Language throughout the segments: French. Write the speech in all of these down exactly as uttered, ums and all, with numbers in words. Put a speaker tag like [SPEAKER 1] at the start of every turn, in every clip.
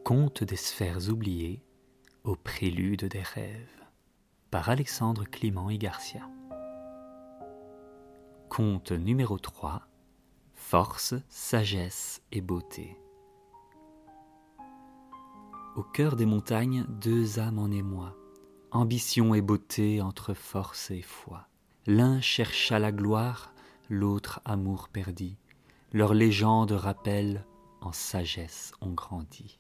[SPEAKER 1] Conte des sphères oubliées au prélude des rêves par Alexandre Clément y Garcia. Conte numéro trois. Force, sagesse et beauté. Au cœur des montagnes, deux âmes en émoi, ambition et beauté entre force et foi. L'un chercha la gloire, l'autre amour perdit. Leur légende rappelle, en sagesse on grandit.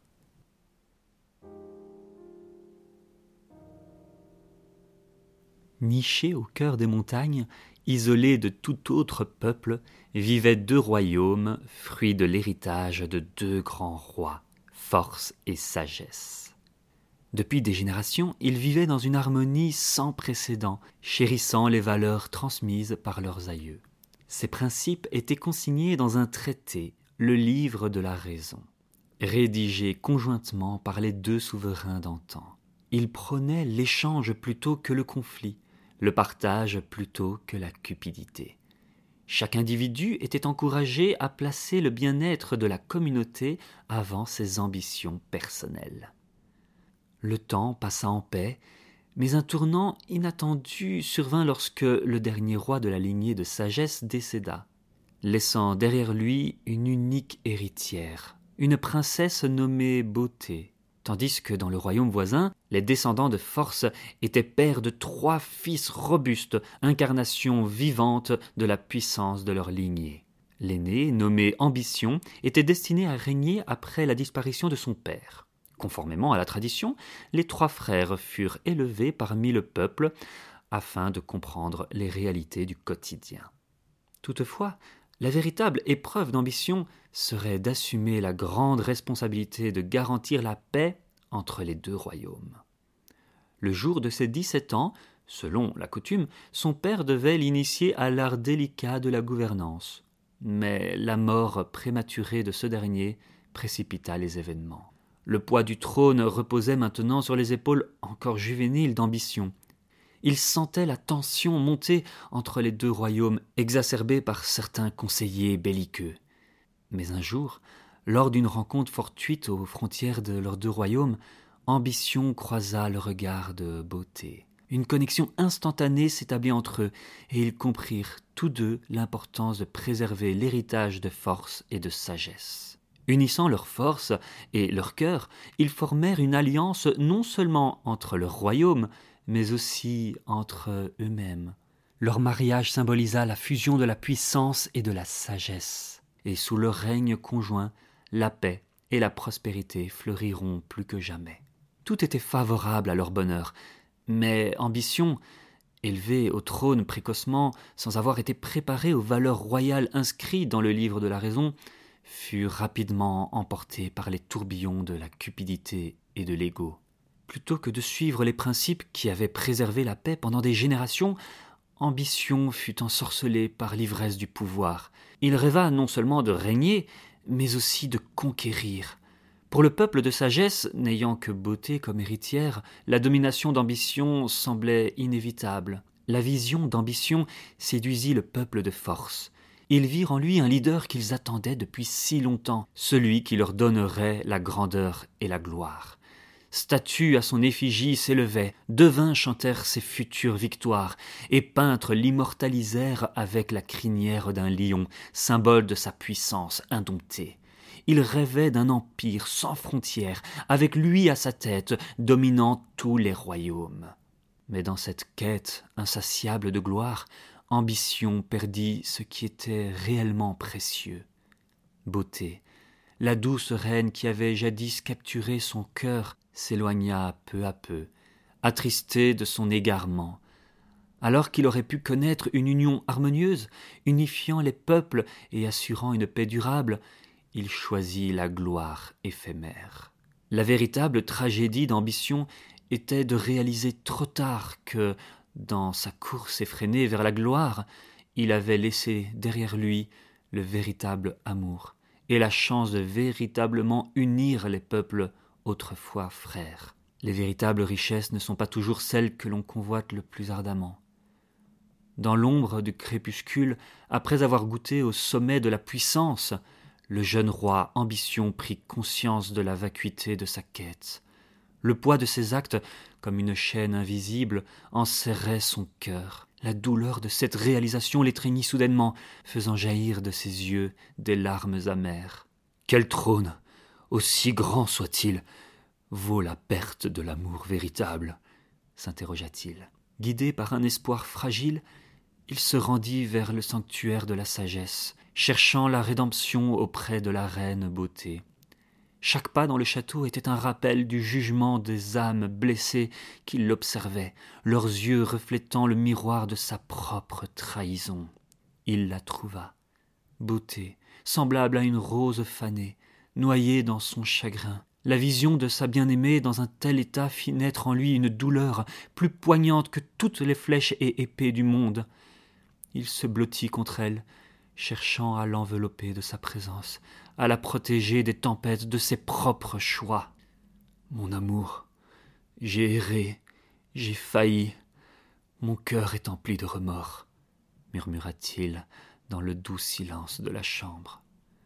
[SPEAKER 1] Nichés au cœur des montagnes, isolés de tout autre peuple, vivaient deux royaumes, fruits de l'héritage de deux grands rois, force et sagesse. Depuis des générations, ils vivaient dans une harmonie sans précédent, chérissant les valeurs transmises par leurs aïeux. Ces principes étaient consignés dans un traité, le livre de la raison, rédigé conjointement par les deux souverains d'antan. Ils prônaient l'échange plutôt que le conflit, le partage plutôt que la cupidité. Chaque individu était encouragé à placer le bien-être de la communauté avant ses ambitions personnelles. Le temps passa en paix, mais un tournant inattendu survint lorsque le dernier roi de la lignée de sagesse décéda, laissant derrière lui une unique héritière, une princesse nommée Beauté, tandis que dans le royaume voisin, les descendants de Force étaient pères de trois fils robustes, incarnations vivantes de la puissance de leur lignée. L'aîné, nommé Ambition, était destiné à régner après la disparition de son père. Conformément à la tradition, les trois frères furent élevés parmi le peuple afin de comprendre les réalités du quotidien. Toutefois, la véritable épreuve d'Ambition serait d'assumer la grande responsabilité de garantir la paix entre les deux royaumes. Le jour de ses dix-sept ans, selon la coutume, son père devait l'initier à l'art délicat de la gouvernance. Mais la mort prématurée de ce dernier précipita les événements. Le poids du trône reposait maintenant sur les épaules encore juvéniles d'Ambition. Il sentait la tension monter entre les deux royaumes, exacerbée par certains conseillers belliqueux. Mais un jour, lors d'une rencontre fortuite aux frontières de leurs deux royaumes, Ambition croisa le regard de Beauté. Une connexion instantanée s'établit entre eux, et ils comprirent tous deux l'importance de préserver l'héritage de force et de sagesse. Unissant leurs forces et leurs cœurs, ils formèrent une alliance non seulement entre leurs royaumes, mais aussi entre eux-mêmes. Leur mariage symbolisa la fusion de la puissance et de la sagesse. Et sous leur règne conjoint, la paix et la prospérité fleuriront plus que jamais. Tout était favorable à leur bonheur, mais Ambition, élevée au trône précocement, sans avoir été préparée aux valeurs royales inscrites dans le livre de la raison, fut rapidement emportée par les tourbillons de la cupidité et de l'ego. Plutôt que de suivre les principes qui avaient préservé la paix pendant des générations, Ambition fut ensorcelé par l'ivresse du pouvoir. Il rêva non seulement de régner, mais aussi de conquérir. Pour le peuple de sagesse, n'ayant que Beauté comme héritière, la domination d'Ambition semblait inévitable. La vision d'Ambition séduisit le peuple de Force. Ils virent en lui un leader qu'ils attendaient depuis si longtemps, celui qui leur donnerait la grandeur et la gloire. Statues à son effigie s'élevaient, devins chantèrent ses futures victoires, et peintres l'immortalisèrent avec la crinière d'un lion, symbole de sa puissance indomptée. Il rêvait d'un empire sans frontières, avec lui à sa tête, dominant tous les royaumes. Mais dans cette quête insatiable de gloire, Ambition perdit ce qui était réellement précieux. Beauté, la douce reine qui avait jadis capturé son cœur, s'éloigna peu à peu, attristé de son égarement. Alors qu'il aurait pu connaître une union harmonieuse, unifiant les peuples et assurant une paix durable, il choisit la gloire éphémère. La véritable tragédie d'Ambition était de réaliser trop tard que, dans sa course effrénée vers la gloire, il avait laissé derrière lui le véritable amour et la chance de véritablement unir les peuples autrefois frères. Les véritables richesses ne sont pas toujours celles que l'on convoite le plus ardemment. Dans l'ombre du crépuscule, après avoir goûté au sommet de la puissance, le jeune roi Ambition prit conscience de la vacuité de sa quête. Le poids de ses actes, comme une chaîne invisible, enserrait son cœur. La douleur de cette réalisation l'étreignit soudainement, faisant jaillir de ses yeux des larmes amères. Quel trône, aussi grand soit-il, vaut la perte de l'amour véritable, s'interrogea-t-il. Guidé par un espoir fragile, il se rendit vers le sanctuaire de la sagesse, cherchant la rédemption auprès de la reine Beauté. Chaque pas dans le château était un rappel du jugement des âmes blessées qui l'observaient, leurs yeux reflétant le miroir de sa propre trahison. Il la trouva, Beauté, semblable à une rose fanée, noyée dans son chagrin. La vision de sa bien-aimée dans un tel état fit naître en lui une douleur plus poignante que toutes les flèches et épées du monde. Il se blottit contre elle, cherchant à l'envelopper de sa présence, à la protéger des tempêtes de ses propres choix. « Mon amour, j'ai erré, j'ai failli, mon cœur est empli de remords, » murmura-t-il dans le doux silence de la chambre.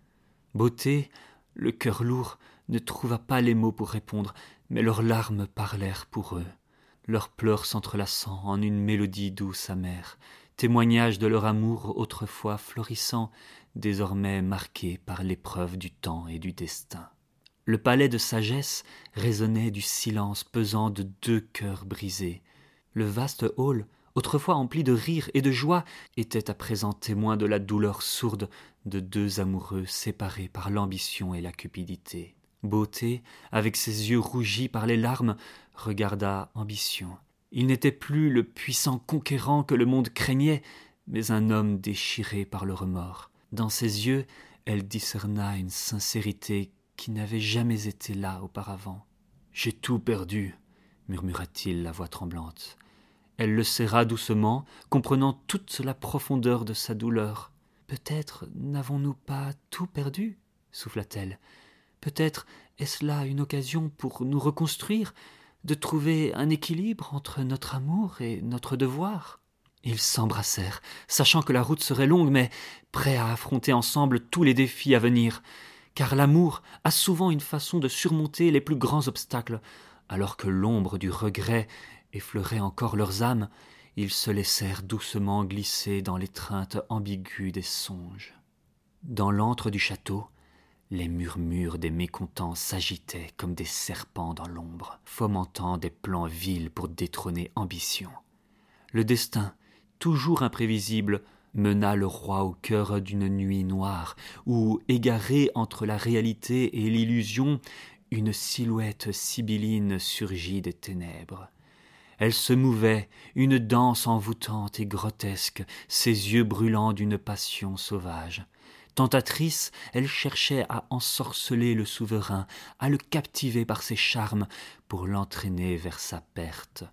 [SPEAKER 1] Beauté, le cœur lourd, ne trouva pas les mots pour répondre, mais leurs larmes parlèrent pour eux, leurs pleurs s'entrelaçant en une mélodie douce amère, témoignage de leur amour autrefois florissant, désormais marqué par l'épreuve du temps et du destin. Le palais de sagesse résonnait du silence pesant de deux cœurs brisés. Le vaste hall, autrefois empli de rire et de joie, était à présent témoin de la douleur sourde de deux amoureux séparés par l'ambition et la cupidité. Beauté, avec ses yeux rougis par les larmes, regarda Ambition. Il n'était plus le puissant conquérant que le monde craignait, mais un homme déchiré par le remords. Dans ses yeux, elle discerna une sincérité qui n'avait jamais été là auparavant. « J'ai tout perdu », murmura-t-il, la voix tremblante. Elle le serra doucement, comprenant toute la profondeur de sa douleur. « Peut-être n'avons-nous pas tout perdu ?» souffla-t-elle. « Peut-être est-ce là une occasion pour nous reconstruire, de trouver un équilibre entre notre amour et notre devoir ?» Ils s'embrassèrent, sachant que la route serait longue, mais prêts à affronter ensemble tous les défis à venir. Car l'amour a souvent une façon de surmonter les plus grands obstacles. Alors que l'ombre du regret effleurait encore leurs âmes, ils se laissèrent doucement glisser dans l'étreinte ambiguë des songes. Dans l'antre du château, les murmures des mécontents s'agitaient comme des serpents dans l'ombre, fomentant des plans vils pour détrôner Ambition. Le destin, toujours imprévisible, mena le roi au cœur d'une nuit noire, où, égaré entre la réalité et l'illusion, une silhouette sibylline surgit des ténèbres. Elle se mouvait, une danse envoûtante et grotesque, ses yeux brûlants d'une passion sauvage. Tentatrice, elle cherchait à ensorceler le souverain, à le captiver par ses charmes, pour l'entraîner vers sa perte.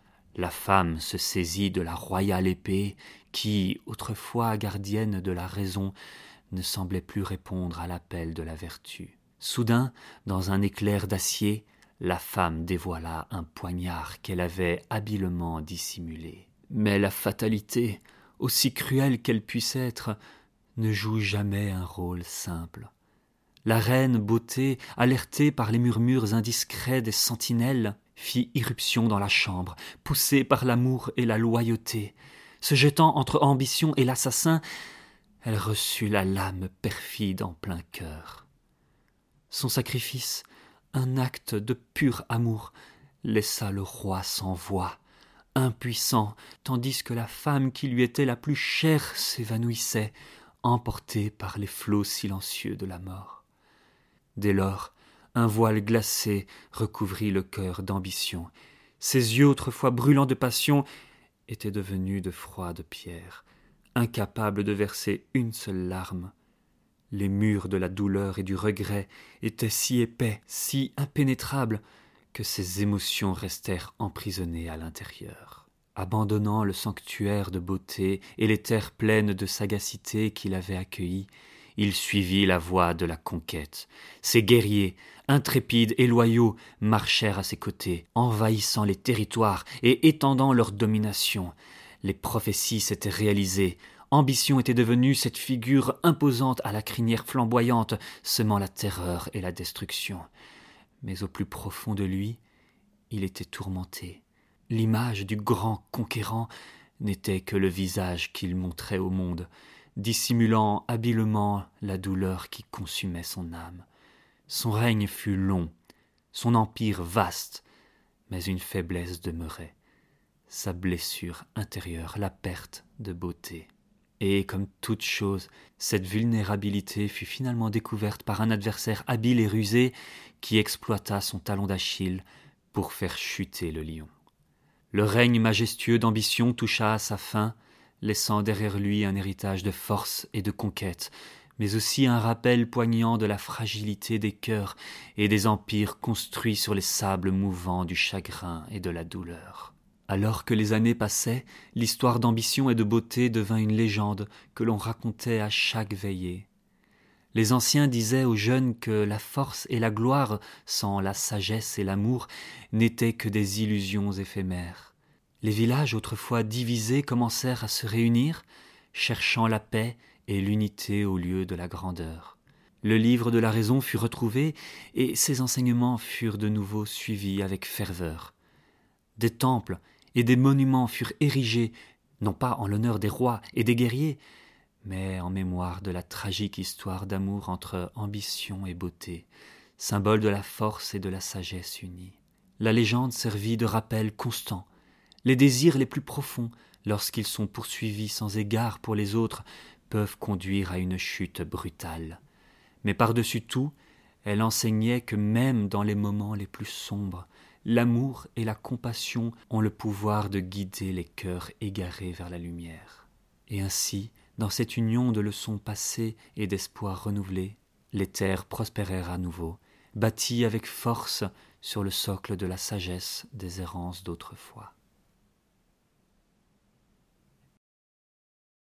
[SPEAKER 1] La femme se saisit de la royale épée qui, autrefois gardienne de la raison, ne semblait plus répondre à l'appel de la vertu. Soudain, dans un éclair d'acier, la femme dévoila un poignard qu'elle avait habilement dissimulé. Mais la fatalité, aussi cruelle qu'elle puisse être, ne joue jamais un rôle simple. La reine Beauté, alertée par les murmures indiscrets des sentinelles, fit irruption dans la chambre, poussée par l'amour et la loyauté. Se jetant entre Ambition et l'assassin, elle reçut la lame perfide en plein cœur. Son sacrifice, un acte de pur amour, laissa le roi sans voix, impuissant, tandis que la femme qui lui était la plus chère s'évanouissait, emportée par les flots silencieux de la mort. Dès lors, un voile glacé recouvrit le cœur d'Ambition. Ses yeux, autrefois brûlants de passion, étaient devenus de froide pierre, incapables de verser une seule larme. Les murs de la douleur et du regret étaient si épais, si impénétrables, que ses émotions restèrent emprisonnées à l'intérieur. Abandonnant le sanctuaire de beauté et les terres pleines de sagacité qu'il avait accueillies, il suivit la voie de la conquête. Ses guerriers, intrépides et loyaux, marchèrent à ses côtés, envahissant les territoires et étendant leur domination. Les prophéties s'étaient réalisées. Ambition était devenue cette figure imposante à la crinière flamboyante, semant la terreur et la destruction. Mais au plus profond de lui, il était tourmenté. L'image du grand conquérant n'était que le visage qu'il montrait au monde, dissimulant habilement la douleur qui consumait son âme. Son règne fut long, son empire vaste, mais une faiblesse demeurait, sa blessure intérieure, la perte de beauté. Et comme toute chose, cette vulnérabilité fut finalement découverte par un adversaire habile et rusé qui exploita son talon d'Achille pour faire chuter le lion. Le règne majestueux d'Ambition toucha à sa fin, laissant derrière lui un héritage de force et de conquête, mais aussi un rappel poignant de la fragilité des cœurs et des empires construits sur les sables mouvants du chagrin et de la douleur. Alors que les années passaient, l'histoire d'Ambition et de beauté devint une légende que l'on racontait à chaque veillée. Les anciens disaient aux jeunes que la force et la gloire, sans la sagesse et l'amour, n'étaient que des illusions éphémères. Les villages autrefois divisés commencèrent à se réunir, cherchant la paix et l'unité au lieu de la grandeur. Le livre de la raison fut retrouvé et ses enseignements furent de nouveau suivis avec ferveur. Des temples et des monuments furent érigés, non pas en l'honneur des rois et des guerriers, mais en mémoire de la tragique histoire d'amour entre ambition et beauté, symbole de la force et de la sagesse unies. La légende servit de rappel constant. Les désirs les plus profonds, lorsqu'ils sont poursuivis sans égard pour les autres, peuvent conduire à une chute brutale. Mais par-dessus tout, elle enseignait que même dans les moments les plus sombres, l'amour et la compassion ont le pouvoir de guider les cœurs égarés vers la lumière. Et ainsi, dans cette union de leçons passées et d'espoirs renouvelés, les terres prospérèrent à nouveau, bâties avec force sur le socle de la sagesse des errances d'autrefois.